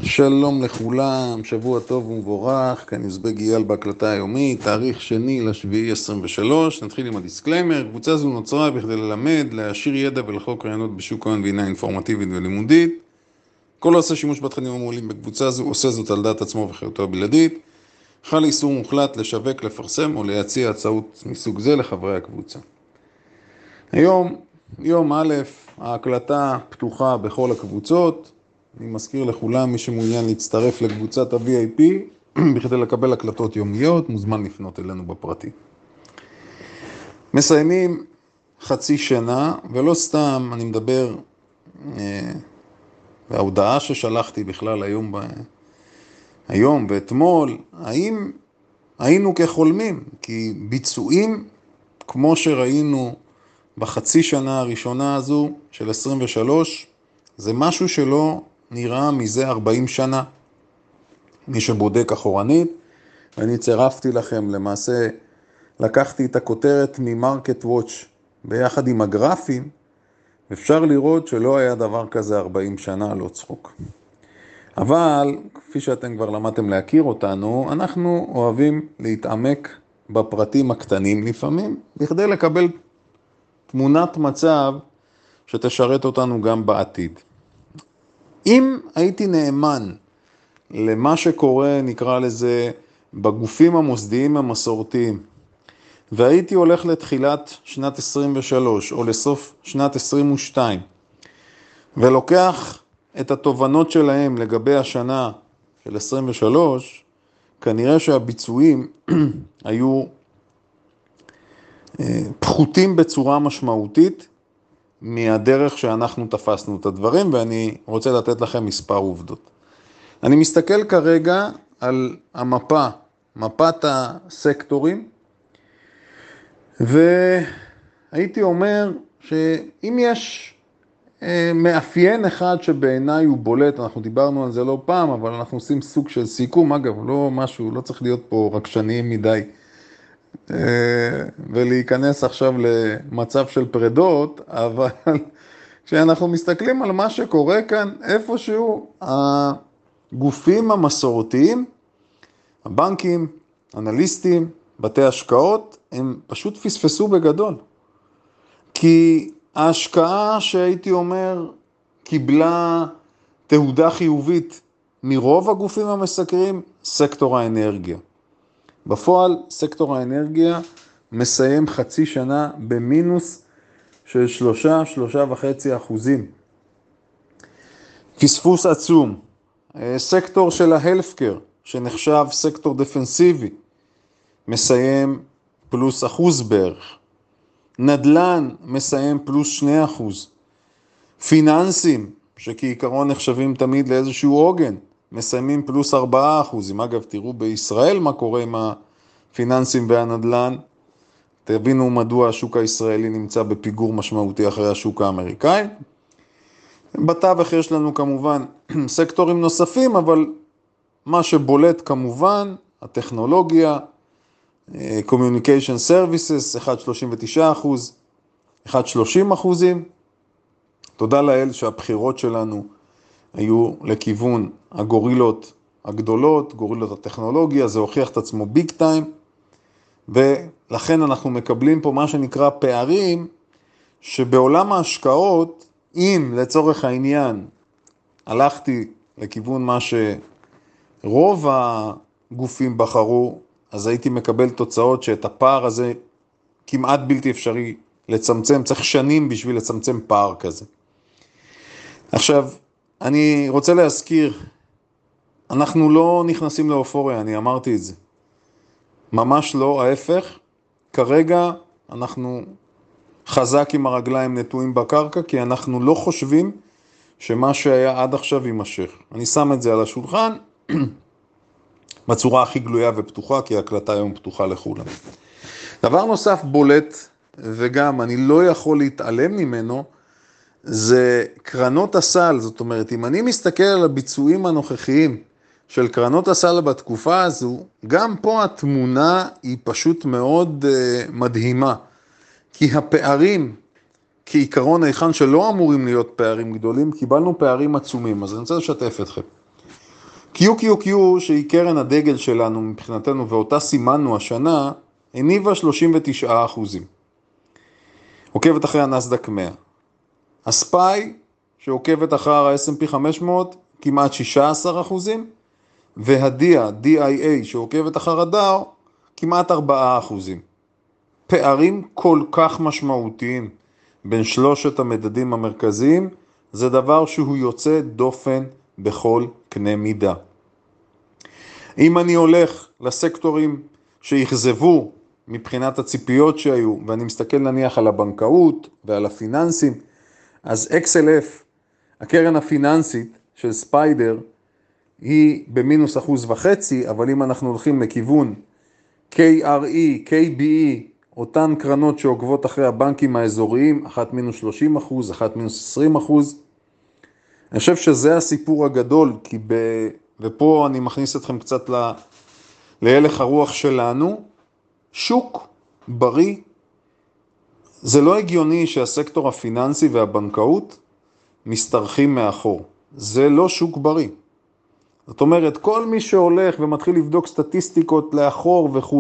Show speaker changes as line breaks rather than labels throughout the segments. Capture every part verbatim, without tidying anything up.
שלום לכולם, שבוע טוב ומבורך, כאן יוזבג אייל בהקלטה היומית, תאריך שני לשביעי עשרים ושלוש. נתחיל עם הדיסקליימר. קבוצה זו נוצרה בכדי ללמד, להעשיר ידע ולחוק רעיונות בשוק ההון והנה אינפורמטיבית ולימודית. כל העושה שימוש בתכנים המועלים בקבוצה זו עושה זאת על דעת עצמו וחירותו הבלעדית. חל איסור מוחלט לשווק, לפרסם או להציע הצעות מסוג זה לחברי הקבוצה. היום, יום א', ההקלטה פתוחה בכל הקבוצות. אני מזכיר לכולם, מי שמעוניין להצטרף לקבוצת ה-וי איי פי, בכדי לקבל הקלטות יומיות, מוזמן לפנות אלינו בפרטי. מסיימים חצי שנה, ולא סתם אני מדבר, אה, וההודעה ששלחתי בכלל היום, ב... היום ואתמול, האם היינו כחולמים? כי ביצועים, כמו שראינו בחצי שנה הראשונה הזו של עשרים ושלוש, זה משהו שלא נראה מזה ארבעים שנה. מי שבודק אחורנית, ואני צירפתי לכם, למעשה לקחתי את הכותרת ממרקט וואץ' ביחד עם הגרפים, אפשר לראות שלא היה דבר כזה ארבעים שנה, לא צחוק. אבל, כפי שאתם כבר למדתם להכיר אותנו, אנחנו אוהבים להתעמק בפרטים הקטנים לפעמים, בכדי לקבל תמונת מצב שתשרת אותנו גם בעתיד. אם הייתי נאמן למה שקורה, נקרא לזה, בגופים המוסדיים המסורתיים, והייתי הולך לתחילת שנת עשרים ושלוש או לסוף שנת עשרים ושתיים, ולוקח את התובנות שלהם לגבי השנה של עשרים ושלוש, כנראה שהביצועים היו פחותים בצורה משמעותית מהדרך שאנחנו תפסנו את הדברים, ואני רוצה לתת לכם מספר עובדות. אני מסתכל כרגע על המפה, מפת הסקטורים, והייתי אומר שאם יש מאפיין אחד שבעיניי הוא בולט, אנחנו דיברנו על זה לא פעם, אבל אנחנו עושים סוג של סיכום, אגב, לא משהו, לא צריך להיות פה רגשניים מדי, ולהיכנס עכשיו למצב של פרדות, אבל כשאנחנו מסתכלים על מה שקורה כאן, איפשהו הגופים המסורתיים, הבנקים, אנליסטים, בתי השקעות, הם פשוט פספסו בגדול. כי ההשקעה שהייתי אומר קיבלה תהודה חיובית מרוב הגופים המסקרים, סקטור האנרגיה. בפועל, סקטור האנרגיה מסיים חצי שנה במינוס של שלושה, שלושה וחצי אחוזים. פספוס עצום. סקטור של ההלפקר, שנחשב סקטור דפנסיבי, מסיים פלוס אחוז בערך. נדל"ן מסיים פלוס שני אחוז. פיננסים, שכעיקרון נחשבים תמיד לאיזשהו עוגן, מסיימים פלוס ארבעה אחוזים. אגב, תראו בישראל מה קורה עם הפיננסים והנדל"ן. תבינו מדוע השוק הישראלי נמצא בפיגור משמעותי אחרי השוק האמריקאי. בתווך יש לנו כמובן סקטורים נוספים, אבל מה שבולט כמובן, הטכנולוגיה, Communication Services, אחד נקודה שלושים ותשעה אחוז, אחד נקודה שלושים אחוזים. תודה לאל שהבחירות שלנו היו לכיוון הגורילות הגדולות, גורילות הטכנולוגיה, זה הוכיח את עצמו ביג טיים, ולכן אנחנו מקבלים פה מה שנקרא פערים, שבעולם ההשקעות, אם לצורך העניין הלכתי לכיוון מה שרוב הגופים בחרו, אז הייתי מקבל תוצאות שאת הפער הזה כמעט בלתי אפשרי לצמצם, צריך שנים בשביל לצמצם פער כזה. עכשיו, אני רוצה להזכיר, אנחנו לא נכנסים לאופוריה, אני אמרתי את זה. ממש לא, ההפך. כרגע אנחנו חזק עם הרגליים נטועים בקרקע, כי אנחנו לא חושבים שמה שהיה עד עכשיו יימשך. אני שם את זה על השולחן, בצורה הכי גלויה ופתוחה, כי ההקלטה היום פתוחה לכולם. דבר נוסף בולט, וגם אני לא יכול להתעלם ממנו, זה קרנות הסל. זאת אומרת, אם אני מסתכל על הביצועים הנוכחיים של קרנות הסל בתקופה הזו, גם פה התמונה היא פשוט מאוד uh, מדהימה. כי הפערים, כעיקרון היכן שלא אמורים להיות פערים גדולים, קיבלנו פערים עצומים. אז אני רוצה לשתף אתכם. קיו קיו קיו, שהיא קרן הדגל שלנו מבחינתנו, ואותה סימנו השנה, הניבה שלושים ותשעה אחוזים. עוקבת אחרי הנסדק מאה. הספיי, שעוקבת אחר ה-אס אנד פי חמש מאות, כמעט שישה עשר אחוזים, והדיה, די איי איי, שעוקבת אחר הדאו, כמעט ארבעה אחוזים. פערים כל כך משמעותיים בין שלושת המדדים המרכזיים, זה דבר שהוא יוצא דופן בכל קנה מידה. אם אני הולך לסקטורים שיחזבו מבחינת הציפיות שהיו, ואני מסתכל נניח על הבנקאות ועל הפיננסים, אז אקס אל אף, הקרן הפיננסית של ספיידר, היא במינוס אחוז וחצי, אבל אם אנחנו הולכים לכיוון קיי אר אי, קיי בי אי, אותן קרנות שעוקבות אחרי הבנקים האזוריים, אחת מינוס שלושים אחוז, אחת מינוס עשרים אחוז. אני חושב שזה הסיפור הגדול, כי ב... ופה אני מכניס אתכם קצת ל... להלך הרוח שלנו. שוק בריא, זה לא הגיוני שהסקטור הפיננסי והבנקאות מסתרחים מאחור. זה לא שוק בריא. זאת אומרת, כל מי שהולך ומתחיל לבדוק סטטיסטיקות לאחור וכו',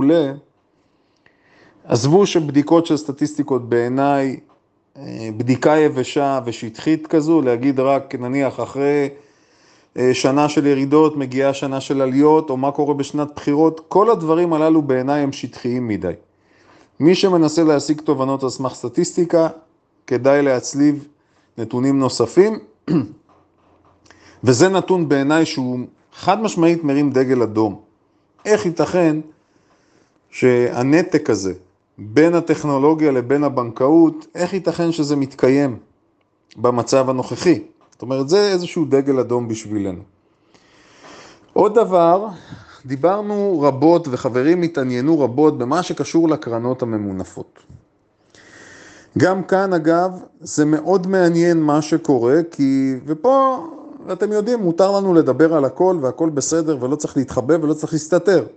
עזבו שבדיקות של סטטיסטיקות בעיניי, בדיקה יבשה ושטחית כזו, להגיד רק נניח אחרי שנה של ירידות, מגיעה שנה של עליות, או מה קורה בשנת בחירות, כל הדברים הללו בעיניי הם שטחיים מדי. מי שמנסה להשיג תובנות על סמך סטטיסטיקה, כדאי להצליב נתונים נוספים, וזה נתון בעיניי שהוא חד משמעית מרים דגל אדום. איך ייתכן שהנתק הזה בין הטכנולוגיה לבין הבנקאות, איך ייתכן שזה מתקיים במצב הנוכחי? זאת אומרת, זה איזשהו דגל אדום בשבילנו. עוד דבר, דיברנו רבות וחברים התעניינו רבות במה שקשור לקרנות הממונפות. גם כאן אגב, זה מאוד מעניין מה שקורה, כי, ופה אתם יודעים, מותר לנו לדבר על הכל והכל בסדר ולא צריך להתחבא ולא צריך להסתתר.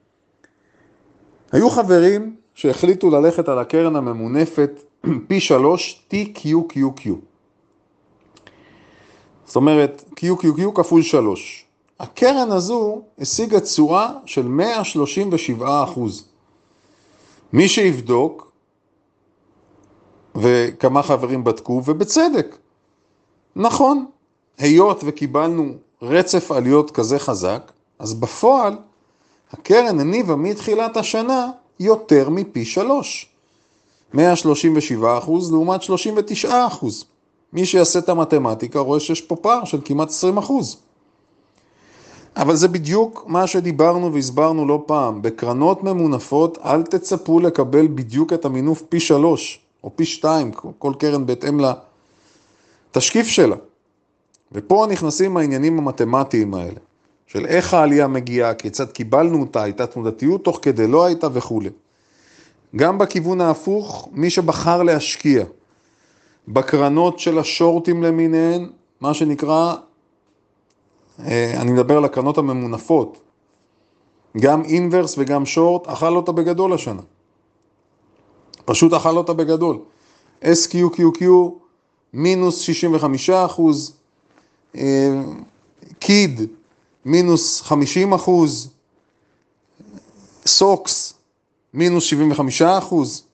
היו חברים שהחליטו ללכת על הקרן הממונפת פי שלוש טי קיו קיו קיו. זאת אומרת, קיו קיו קיו כפול שלוש. הקרן הזו השיגה תשואה של מאה שלושים ושבעה אחוז. מי שיבדוק, וכמה חברים בדקו, ובצדק. נכון, היות וקיבלנו רצף עליות כזה חזק, אז בפועל הקרן הניבה מתחילת השנה יותר מפי שלוש. מאה שלושים ושבעה אחוז לעומת שלושים ותשעה אחוז. מי שיעשה את המתמטיקה רואה שיש פה פער של כמעט עשרים אחוז. אבל זה בדיוק מה שדיברנו והסברנו לא פעם. בקרנות ממונפות אל תצפו לקבל בדיוק את המינוף פי שלוש או פי שתיים, כל קרן בהתאם לתשקיף שלה. ופה נכנסים העניינים המתמטיים האלה, של איך העלייה מגיעה, כיצד קיבלנו אותה, הייתה תנודתיות תוך כדי, לא הייתה וכו'. גם בכיוון ההפוך, מי שבחר להשקיע בקרנות של השורטים למיניהן, מה שנקרא, אני מדבר על הקרנות הממונפות, גם אינברס וגם שורט, אכל אותה בגדול השנה. פשוט אכל אותה בגדול. אס קיו קיו קיו מינוס שישים וחמישה אחוז, קיד מינוס חמישים אחוז, סוקס מינוס שבעים וחמישה אחוז.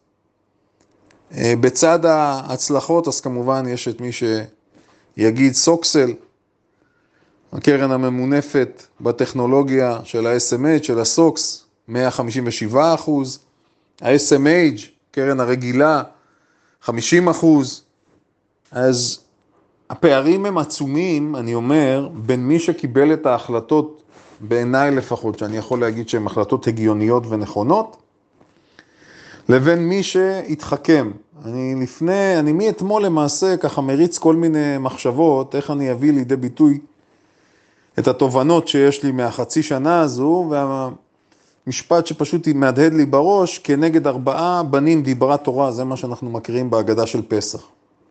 בצד ההצלחות, אז כמובן יש את מי שיגיד סוקסל, הקרן הממונפת בטכנולוגיה של ה-אס אם אייץ' של הסוקס, מאה חמישים ושבעה אחוז, ה-אס אם אייץ', קרן הרגילה, חמישים אחוז. אז הפערים הם עצומים, אני אומר, בין מי שקיבל את ההחלטות, בעיניי לפחות, שאני יכול להגיד שהן החלטות הגיוניות ונכונות, לבין מי שהתחכם. אני לפני, אני מאתמול למעשה ככה מריץ כל מיני מחשבות, איך אני אביא לידי ביטוי את התובנות שיש לי מהחצי שנה הזו, והמשפט שפשוט מהדהד לי בראש, כנגד ארבעה בנים דיברה תורה, זה מה שאנחנו מכירים בהגדה של פסח.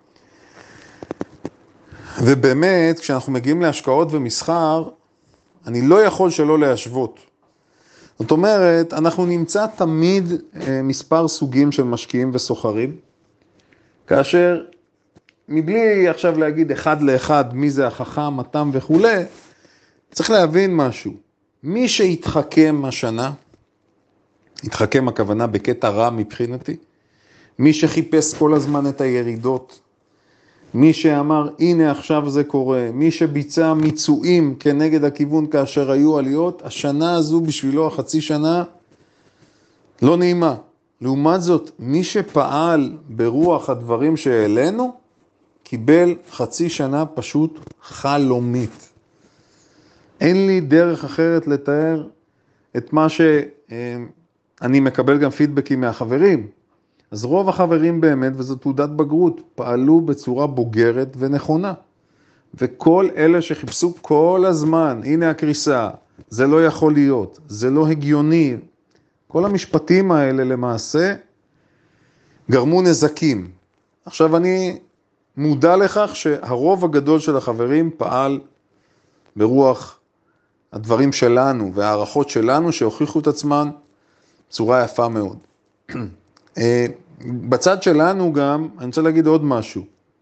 ובאמת, כשאנחנו מגיעים להשקעות ומסחר, אני לא יכול שלא להשוות. זאת אומרת, אנחנו נמצא תמיד מספר סוגים של משקיעים וסוחרים, כאשר מבלי עכשיו להגיד אחד לאחד מי זה החכם, התם וכו', צריך להבין משהו. מי שהתחכם השנה, התחכם הכוונה בקטע רע מבחינתי, מי שחיפש כל הזמן את הירידות, מי שאמר הנה עכשיו זה קורה, מי שביצע מיצועים כנגד הכיוון כאשר היו עליות, השנה הזו בשבילו החצי שנה לא נעימה. לעומת זאת, מי שפעל ברוח הדברים שהעלינו, קיבל חצי שנה פשוט חלומית. אין לי דרך אחרת לתאר את מה שאני מקבל גם פידבקים מהחברים. אז רוב החברים באמת, וזו תעודת בגרות, פעלו בצורה בוגרת ונכונה. וכל אלה שחיפשו כל הזמן, הנה הקריסה, זה לא יכול להיות, זה לא הגיוני. כל המשפטים האלה למעשה גרמו נזקים. עכשיו אני מודע לכך שהרוב הגדול של החברים פעל ברוח הדברים שלנו והערכות שלנו שהוכיחו את עצמן בצורה יפה מאוד. בצד שלנו גם, אני רוצה להגיד עוד משהו.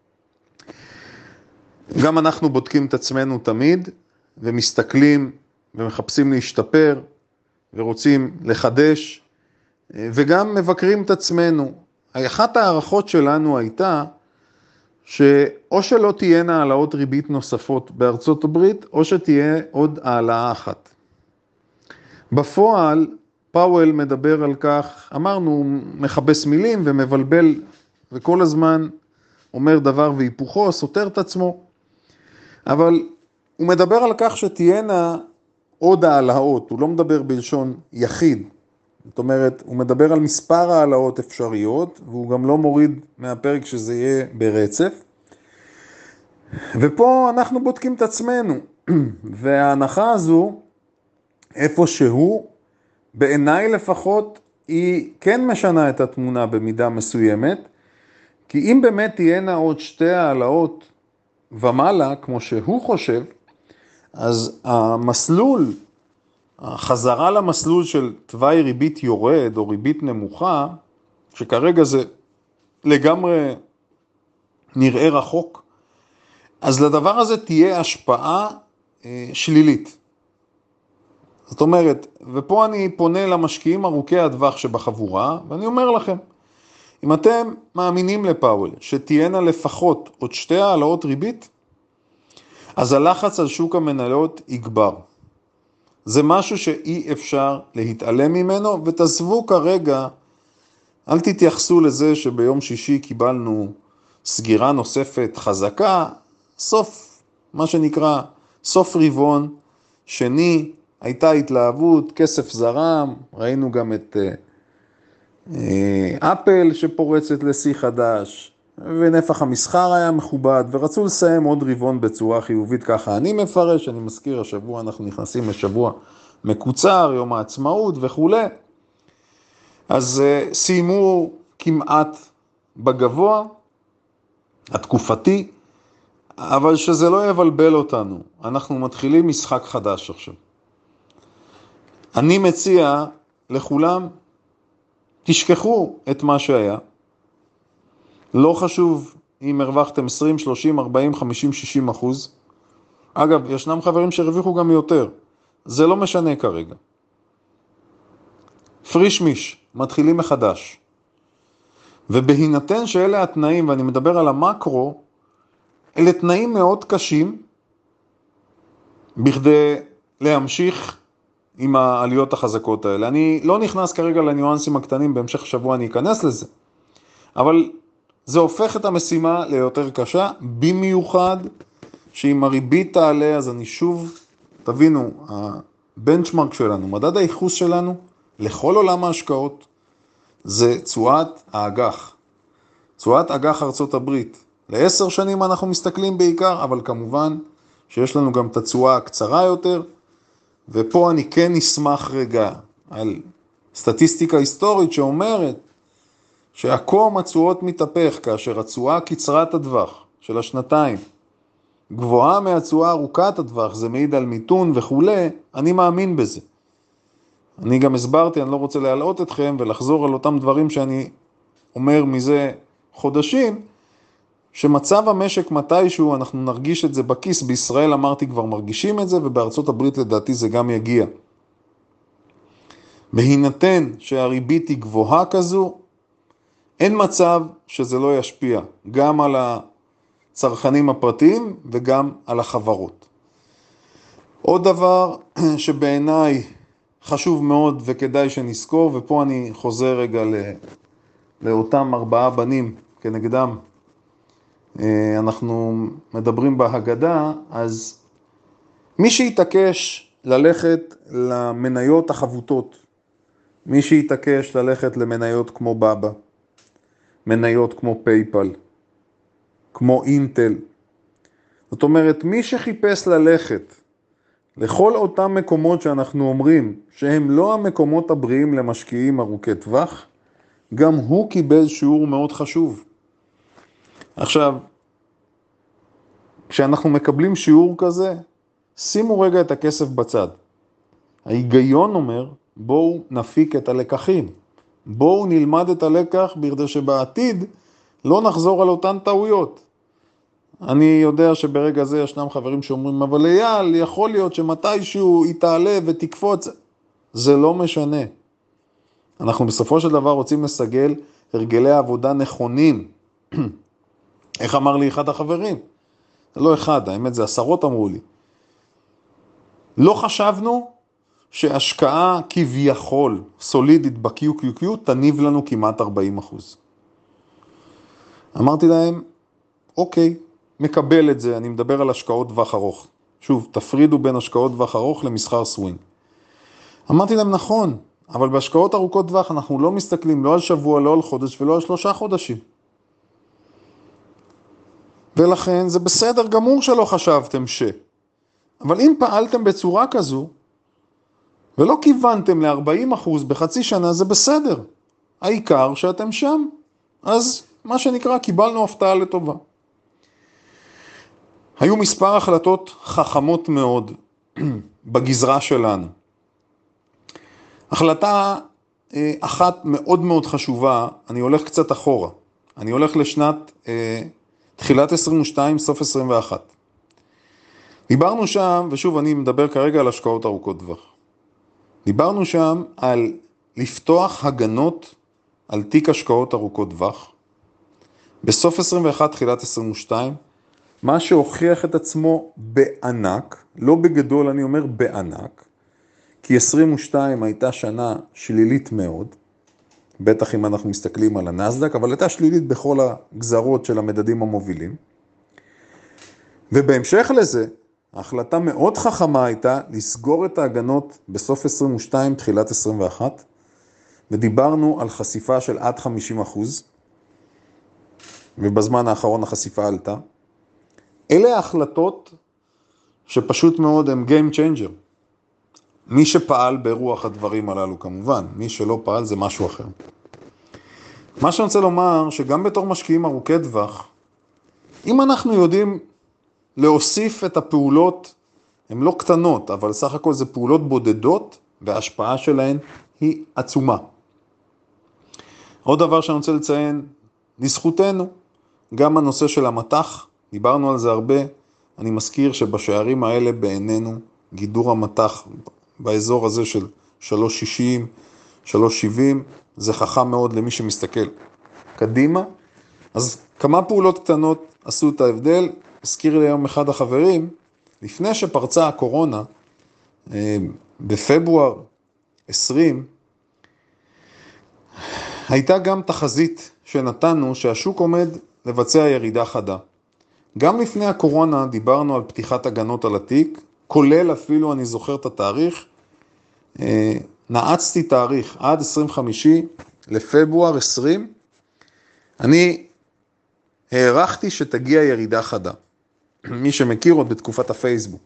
גם אנחנו בודקים את עצמנו תמיד ומסתכלים ומחפשים להשתפר ורוצים לחדש וגם מבקרים את עצמנו. אחת הערכות שלנו הייתה שאו שלא תהיינה העלאות ריבית נוספות בארצות הברית, או שתהיה עוד העלאה אחת. בפועל, פאוול מדבר על כך, אמרנו, הוא מכבס מילים ומבלבל, וכל הזמן אומר דבר והיפוכו, סותר את עצמו. אבל הוא מדבר על כך שתהיינה עוד העלאות, הוא לא מדבר בלשון יחיד. זאת אומרת, הוא מדבר על מספר העלאות אפשריות, והוא גם לא מוריד מהפרק שזה יהיה ברצף. ופה אנחנו בודקים את עצמנו, וההנחה הזו, איפה שהוא, בעיניי לפחות, היא כן משנה את התמונה במידה מסוימת, כי אם באמת תהיינה עוד שתי העלאות ומעלה, כמו שהוא חושב, אז המסלול, החזרה למסלול של תוואי ריבית יורד או ריבית נמוכה, שכרגע זה לגמרי נראה רחוק, אז לדבר הזה תהיה השפעה אה, שלילית. זאת אומרת, ופה אני פונה למשקיעים ארוכי הטווח שבחבורה, ואני אומר לכם, אם אתם מאמינים לפאוול שתהיינה לפחות עוד שתי העלאות ריבית, אז הלחץ על שוק המניות יגבר. זה משהו שאי אפשר להתעלם ממנו, ותעזבו כרגע, אל תתייחסו לזה שביום שישי קיבלנו סגירה נוספת חזקה, סוף, מה שנקרא, סוף רבעון, שני, הייתה התלהבות, כסף זרם, ראינו גם את אפל שפורצת לשיא חדש, ונפח המסחר היה מכובד, ורצו לסיים עוד רבעון בצורה חיובית, ככה אני מפרש, אני מזכיר, השבוע אנחנו נכנסים לשבוע מקוצר, יום העצמאות וכו'. אז סיימו כמעט בגבוה, התקופתי, אבל שזה לא יבלבל אותנו, אנחנו מתחילים משחק חדש עכשיו. אני מציע לכולם, תשכחו את מה שהיה, לא חשוב אם הרווחתם עשרים, שלושים, ארבעים, חמישים, שישים אחוז. אגב, ישנם חברים שהרוויחו גם יותר. זה לא משנה כרגע. פריש מיש, מתחילים מחדש. ובהינתן שאלה התנאים, ואני מדבר על המקרו, אלה תנאים מאוד קשים, בכדי להמשיך עם העליות החזקות האלה. אני לא נכנס כרגע לניואנסים הקטנים, בהמשך השבוע אני אכנס לזה. אבל זה הופך את המשימה ליותר קשה, במיוחד שאם הריבית תעלה, אז אני שוב, תבינו, הבנצ'מרק שלנו, מדד הייחוס שלנו, לכל עולם ההשקעות, זה תשואת האג"ח. תשואת אג"ח ארצות הברית. לעשר שנים אנחנו מסתכלים בעיקר, אבל כמובן שיש לנו גם את התשואה הקצרה יותר, ופה אני כן נשמח רגע על סטטיסטיקה היסטורית שאומרת, שהקום התשואות מתהפך כאשר התשואה קצרת הטווח של השנתיים גבוהה מהתשואה ארוכת הטווח, זה מעיד על מיתון וכו', אני מאמין בזה. אני גם הסברתי, אני לא רוצה להעלות אתכם ולחזור על אותם דברים שאני אומר מזה חודשים, שמצב המשק מתישהו אנחנו נרגיש את זה בכיס, בישראל אמרתי כבר מרגישים את זה, ובארצות הברית לדעתי זה גם יגיע. בהינתן שהריבית היא גבוהה כזו, אין מצב שזה לא ישפיע, גם על הצרכנים הפרטיים וגם על החברות. עוד דבר שבעיניי חשוב מאוד וכדאי שנזכור, ופה אני חוזר רגע לאותם ארבעה בנים כנגדם, אנחנו מדברים בהגדה, אז מי שיתעקש ללכת למניות החבוטות, מי שיתעקש ללכת למניות כמו בבא, מניות כמו פייפל, כמו אינטל, זאת אומרת, מי שחיפש ללכת לכל אותם מקומות שאנחנו אומרים שהם לא המקומות הבריאים למשקיעים ארוכי טווח, גם הוא קיבל שיעור מאוד חשוב. עכשיו, כשאנחנו מקבלים שיעור כזה, שימו רגע את הכסף בצד. ההיגיון אומר, בואו נפיק את הלקחים. בואו נלמד את הלקח בכדי שבעתיד לא נחזור על אותן טעויות. אני יודע שברגע זה ישנם חברים שאומרים, אבל אייל, יכול להיות שמתישהו היא תעלה ותקפוץ. זה לא משנה. אנחנו בסופו של דבר רוצים לסגל הרגלי עבודה נכונים. איך אמר לי אחד החברים? זה לא אחד, האמת זה עשרות אמרו לי. לא חשבנו שהשקעה כביכול סולידית ב-קיו קיו קיו תניב לנו כמעט ארבעים אחוז. אמרתי להם, אוקיי, מקבל את זה, אני מדבר על השקעות טווח ארוך. שוב, תפרידו בין השקעות טווח ארוך למסחר סווינג. אמרתי להם, נכון, אבל בהשקעות ארוכות טווח אנחנו לא מסתכלים לא על שבוע, לא על חודש ולא על שלושה חודשים. ולכן זה בסדר גמור שלא חשבתם ש. אבל אם פעלתם בצורה כזו, ולא כיוונתם ל-ארבעים אחוז בחצי שנה, זה בסדר. העיקר שאתם שם. אז מה שנקרא, קיבלנו הפתעה לטובה. היו מספר החלטות חכמות מאוד בגזרה שלנו. החלטה אחת מאוד מאוד חשובה, אני הולך קצת אחורה. אני הולך לשנת תחילת עשרים ושתיים, סוף עשרים ואחת. דיברנו שם, ושוב אני מדבר כרגע על השקעות ארוכות טווח. דיברנו שם על לפתוח הגנות על תיק השקעות ארוכות טווח. בסוף עשרים ואחת, תחילת עשרים ושתיים, מה שהוכיח את עצמו בענק, לא בגדול אני אומר בענק, כי עשרים ושתיים הייתה שנה שלילית מאוד, בטח אם אנחנו מסתכלים על הנסדק, אבל הייתה שלילית בכל הגזרות של המדדים המובילים. ובהמשך לזה, ההחלטה מאוד חכמה הייתה לסגור את ההגנות בסוף עשרים ושתיים, תחילת עשרים ואחת, ודיברנו על חשיפה של עד חמישים אחוז, ובזמן האחרון החשיפה עלתה. אלה ההחלטות שפשוט מאוד הם game changer. מי שפעל ברוח הדברים הללו כמובן, מי שלא פעל זה משהו אחר. מה שאני רוצה לומר, שגם בתור משקיעים ארוכי טווח, אם אנחנו יודעים להוסיף את הפעולות, הן לא קטנות, אבל סך הכל זה פעולות בודדות, וההשפעה שלהן היא עצומה. עוד דבר שאני רוצה לציין, לזכותנו, גם הנושא של המתח, דיברנו על זה הרבה, אני מזכיר שבשערים האלה בעינינו, גידור המתח באזור הזה של שלוש שישים, שלוש שבעים, זה חכם מאוד למי שמסתכל קדימה. אז כמה פעולות קטנות עשו את ההבדל. הזכיר לי היום אחד החברים, לפני שפרצה הקורונה, בפברואר עשרים, הייתה גם תחזית שנתנו שהשוק עומד לבצע ירידה חדה. גם לפני הקורונה דיברנו על פתיחת הגנות על התיק, כולל אפילו, אני זוכר את התאריך, נעצתי תאריך עד עשרים וחמישה לפברואר עשרים, אני הערכתי שתגיע ירידה חדה. מי שמכיר עוד בתקופת הפייסבוק.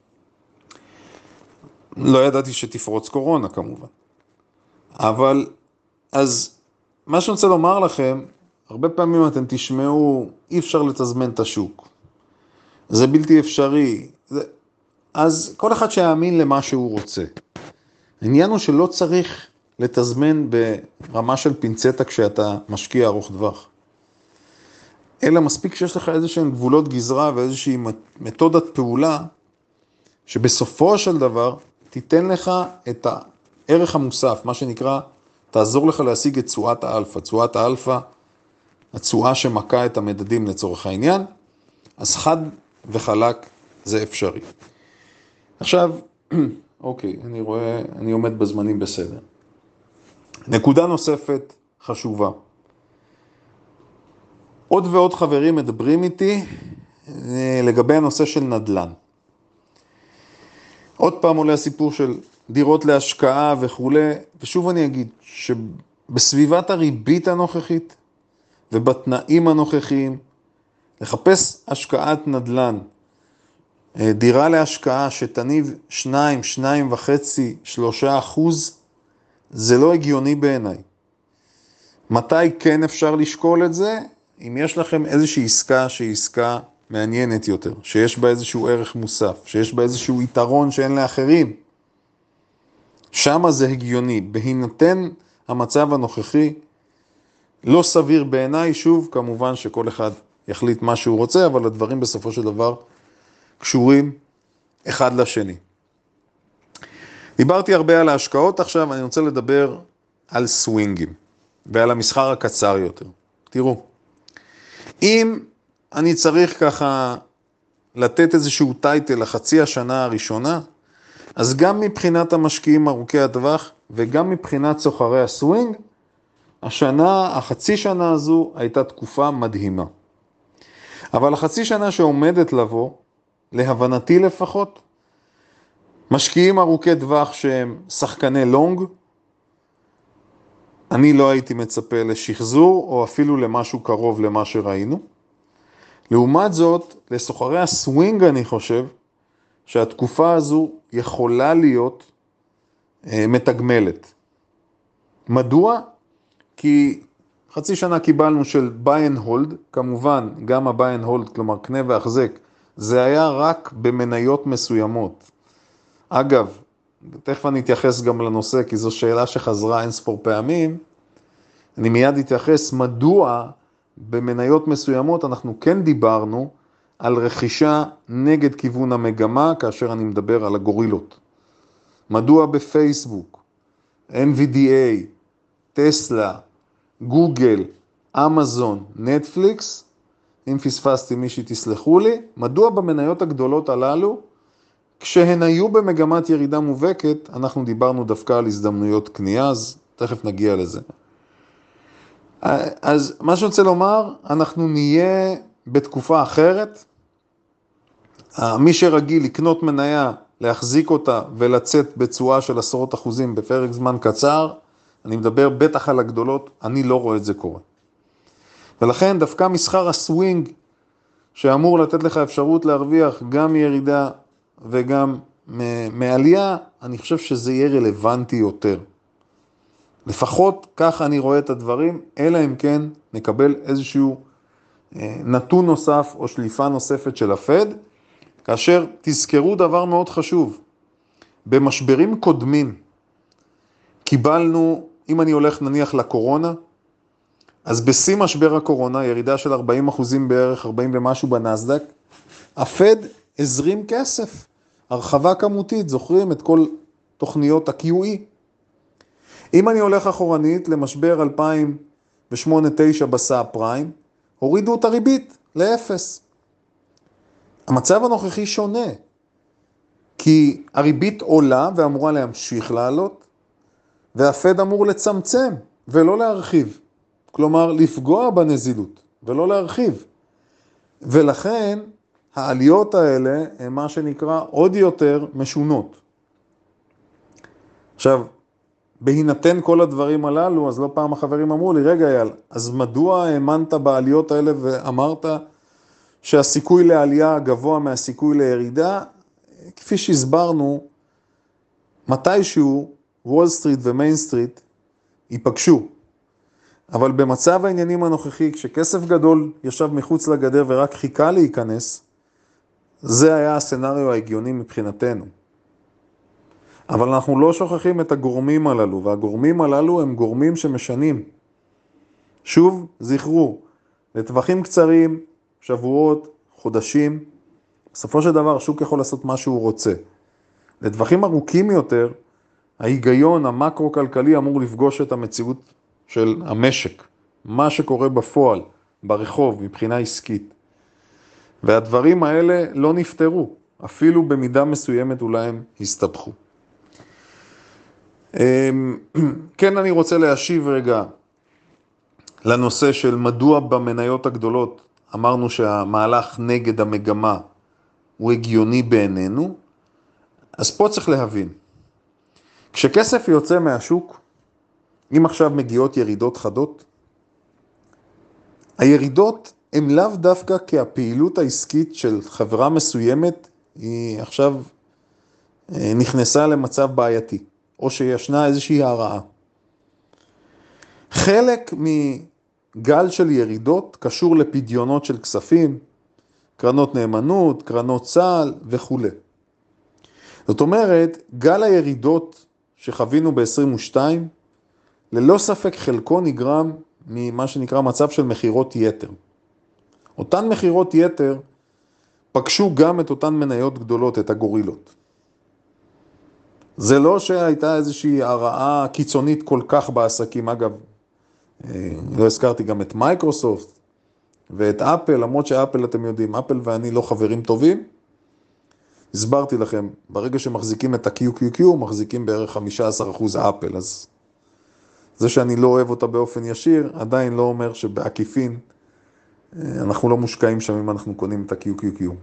לא ידעתי שתפרוץ קורונה כמובן. אבל, אז מה שאני רוצה לומר לכם, הרבה פעמים אתם תשמעו, אי אפשר לתזמן את השוק. זה בלתי אפשרי. זה... אז כל אחד שיאמין למה שהוא רוצה. העניין הוא שלא צריך לתזמן ברמה של פינצטה כשאתה משקיע ארוך טווח. אלא מספיק שיש לך איזשהם גבולות גזרה ואיזושהי מתודת פעולה, שבסופו של דבר תיתן לך את הערך המוסף, מה שנקרא, תעזור לך להשיג את תשואת האלפא. תשואת האלפא, התשואה שמכה את המדדים לצורך העניין, אז חד וחלק זה אפשרי. עכשיו, אוקיי, אני רואה, אני עומד בזמנים בסדר. נקודה נוספת חשובה. עוד ועוד חברים מדברים איתי לגבי הנושא של נדל"ן. עוד פעם עולה הסיפור של דירות להשקעה וכו', ושוב אני אגיד שבסביבת הריבית הנוכחית ובתנאים הנוכחיים, לחפש השקעת נדל"ן, דירה להשקעה שתניב שניים, שניים וחצי, שלושה אחוז, זה לא הגיוני בעיניי. מתי כן אפשר לשקול את זה? אם יש לכם איזושהי עסקה שהיא עסקה מעניינת יותר, שיש בה איזשהו ערך מוסף, שיש בה איזשהו יתרון שאין לאחרים, שמה זה הגיוני. בהינתן המצב הנוכחי, לא סביר בעיניי, שוב, כמובן שכל אחד יחליט מה שהוא רוצה, אבל הדברים בסופו של דבר קשורים אחד לשני. דיברתי הרבה על ההשקעות, עכשיו אני רוצה לדבר על סווינגים, ועל המסחר הקצר יותר. תראו, אם אני צריך ככה לתת איזשהו טייטל לחצי השנה הראשונה, אז גם מבחינת המשקיעים ארוכי הטווח, וגם מבחינת סוחרי הסווינג, השנה, החצי שנה הזו הייתה תקופה מדהימה. אבל החצי שנה שעומדת לבוא, להבנתי לפחות, משקיעים ארוכי טווח שהם שחקני לונג, אני לא הייתי מצפה לשחזור, או אפילו למשהו קרוב למה שראינו. לעומת זאת, לסוחרי הסווינג אני חושב, שהתקופה הזו יכולה להיות אה, מתגמלת. מדוע? כי חצי שנה קיבלנו של buy and hold, כמובן גם ה-buy and hold, כלומר קנה והחזק, זה היה רק במניות מסוימות. אגב, תכף אני אתייחס גם לנושא, כי זו שאלה שחזרה אין ספור פעמים, אני מיד אתייחס מדוע במניות מסוימות אנחנו כן דיברנו על רכישה נגד כיוון המגמה, כאשר אני מדבר על הגורילות. מדוע בפייסבוק, אן וי די איי, טסלה, גוגל, אמזון, נטפליקס, אם פספסתי מישהי תסלחו לי, מדוע במניות הגדולות הללו, כשהן היו במגמת ירידה מובהקת, אנחנו דיברנו דווקא על הזדמנויות קנייה, אז תכף נגיע לזה. אז מה שאני רוצה לומר, אנחנו נהיה בתקופה אחרת, מי שרגיל לקנות מניה, להחזיק אותה ולצאת בצורה של עשרות אחוזים בפרק זמן קצר, אני מדבר בטח על הגדולות, אני לא רואה את זה קורה. ולכן דווקא מסחר הסווינג, שאמור לתת לך אפשרות להרוויח גם מירידה וגם מעלייה, אני חושב שזה יהיה רלוונטי יותר. לפחות ככה אני רואה את הדברים, אלא אם כן נקבל איזשהו נתון נוסף או שליפה נוספת של הפד, כאשר תזכרו דבר מאוד חשוב, במשברים קודמים קיבלנו, אם אני הולך נניח לקורונה, אז בשיא משבר הקורונה, ירידה של ארבעים אחוזים בערך, ארבעים ומשהו בנסדק, הפד הזרים כסף, הרחבה כמותית, זוכרים את כל תוכניות ה-קיו אי. אם אני הולך אחורנית למשבר אלפיים ושמונה תשע בסאב פריים, הורידו את הריבית לאפס. המצב הנוכחי שונה, כי הריבית עולה ואמורה להמשיך לעלות, והפד אמור לצמצם ולא להרחיב. כלומר, לפגוע בנזילות ולא להרחיב. ולכן, העליות האלה הן מה שנקרא עוד יותר משונות. עכשיו, בהינתן כל הדברים הללו, אז לא פעם החברים אמרו לי, רגע יאל, אז מדוע האמנת בעליות האלה ואמרת שהסיכוי לעלייה גבוה מהסיכוי לירידה? כפי שהסברנו, מתישהו וול סטריט ומיין סטריט ייפגשו. אבל במצב העניינים הנוכחי, כשכסף גדול ישב מחוץ לגדר ורק חיכה להיכנס, זה היה הסצנריו ההגיוני מבחינתנו. אבל אנחנו לא שוכחים את הגורמים הללו, והגורמים הללו הם גורמים שמשנים. שוב, זכרו, לטווחים קצרים, שבועות, חודשים, בסופו של דבר השוק יכול לעשות מה שהוא רוצה. לטווחים ארוכים יותר, ההיגיון המקרו-כלכלי אמור לפגוש את המציאות של המשק, מה שקורה בפועל, ברחוב, מבחינה עסקית. והדברים האלה לא נפתרו, אפילו במידה מסוימת אולי הם הסתבכו. כן, אני רוצה להשיב רגע לנושא של מדוע במניות הגדולות אמרנו שהמהלך נגד המגמה הוא הגיוני בעינינו. אז פה צריך להבין, כשכסף יוצא מהשוק, אם עכשיו מגיעות ירידות חדות, הירידות הן לאו דווקא כי הפעילות העסקית של חברה מסוימת היא עכשיו נכנסה למצב בעייתי, או שישנה איזושהי הרעה. חלק מגל של ירידות קשור לפדיונות של כספים, קרנות נאמנות, קרנות צה"ל וכו'. זאת אומרת, גל הירידות שחווינו ב-עשרים ושתיים, ללא ספק חלקו נגרם ממה שנקרא מצב של מחירות יתר. אותן מחירות יתר פגשו גם את אותן מניות גדולות, את הגורילות. זה לא שהייתה איזושהי הרעה קיצונית כל כך בעסקים. אגב, לא הזכרתי גם את מייקרוסופט ואת אפל, למרות שאפל, אתם יודעים, אפל ואני לא חברים טובים. הסברתי לכם, ברגע שמחזיקים את ה-קיו קיו קיו, מחזיקים בערך חמישה עשר אחוז אפל, אז זה שאני לא אוהב אותה באופן ישיר, עדיין לא אומר שבעקיפין אנחנו לא מושקעים שם אם אנחנו קונים את ה-קיו קיו קיו.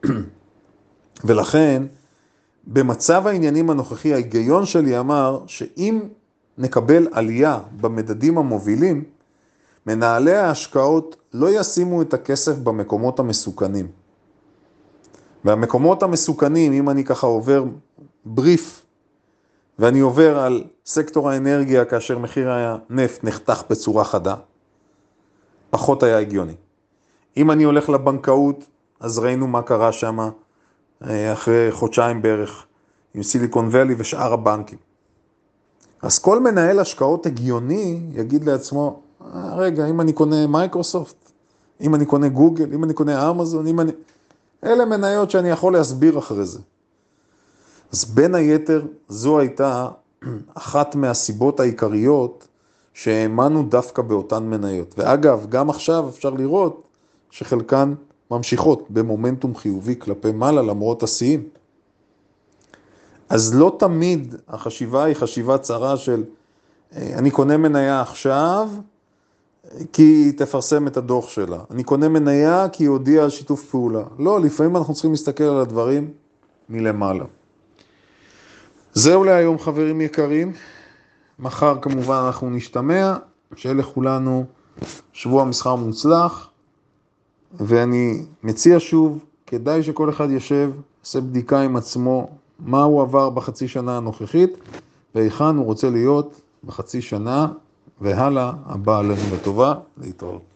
ולכן, במצב העניינים הנוכחי, ההיגיון שלי אמר שאם נקבל עלייה במדדים המובילים, מנהלי ההשקעות לא ישימו את הכסף במקומות המסוכנים. והמקומות המסוכנים, אם אני ככה עובר בריף, ואני עובר על סקטור האנרגיה כאשר מחיר הנפט נחתך בצורה חדה, פחות היה הגיוני. אם אני הולך לבנקאות, אז ראינו מה קרה שם אחרי חודשיים בערך, עם סיליקון ואלי ושאר הבנקים. אז כל מנהל השקעות הגיוני יגיד לעצמו, רגע, אם אני קונה מייקרוסופט, אם אני קונה גוגל, אם אני קונה אמזון, אם אני... אלה מניות שאני יכול להסביר אחרי זה. אז בין היתר, זו הייתה אחת מהסיבות העיקריות שהאמנו דווקא באותן מניות. ואגב, גם עכשיו אפשר לראות שחלקן ממשיכות במומנטום חיובי כלפי מעלה למרות השיאים. אז לא תמיד החשיבה היא חשיבה צרה של אני קונה מניה עכשיו כי היא תפרסם את הדוח שלה. אני קונה מניה כי היא הודיעה על שיתוף פעולה. לא, לפעמים אנחנו צריכים להסתכל על הדברים מלמעלה. זהו להיום חברים יקרים. מחר כמובן אנחנו נשתמע. שיהיה לכולנו שבוע מסחר מוצלח. ואני מציע שוב, כדאי שכל אחד ישב, עושה בדיקה עם עצמו, מה הוא עבר בחצי שנה הנוכחית, והיכן הוא רוצה להיות בחצי שנה, והלאה, הבא עלינו לטובה, להתראות.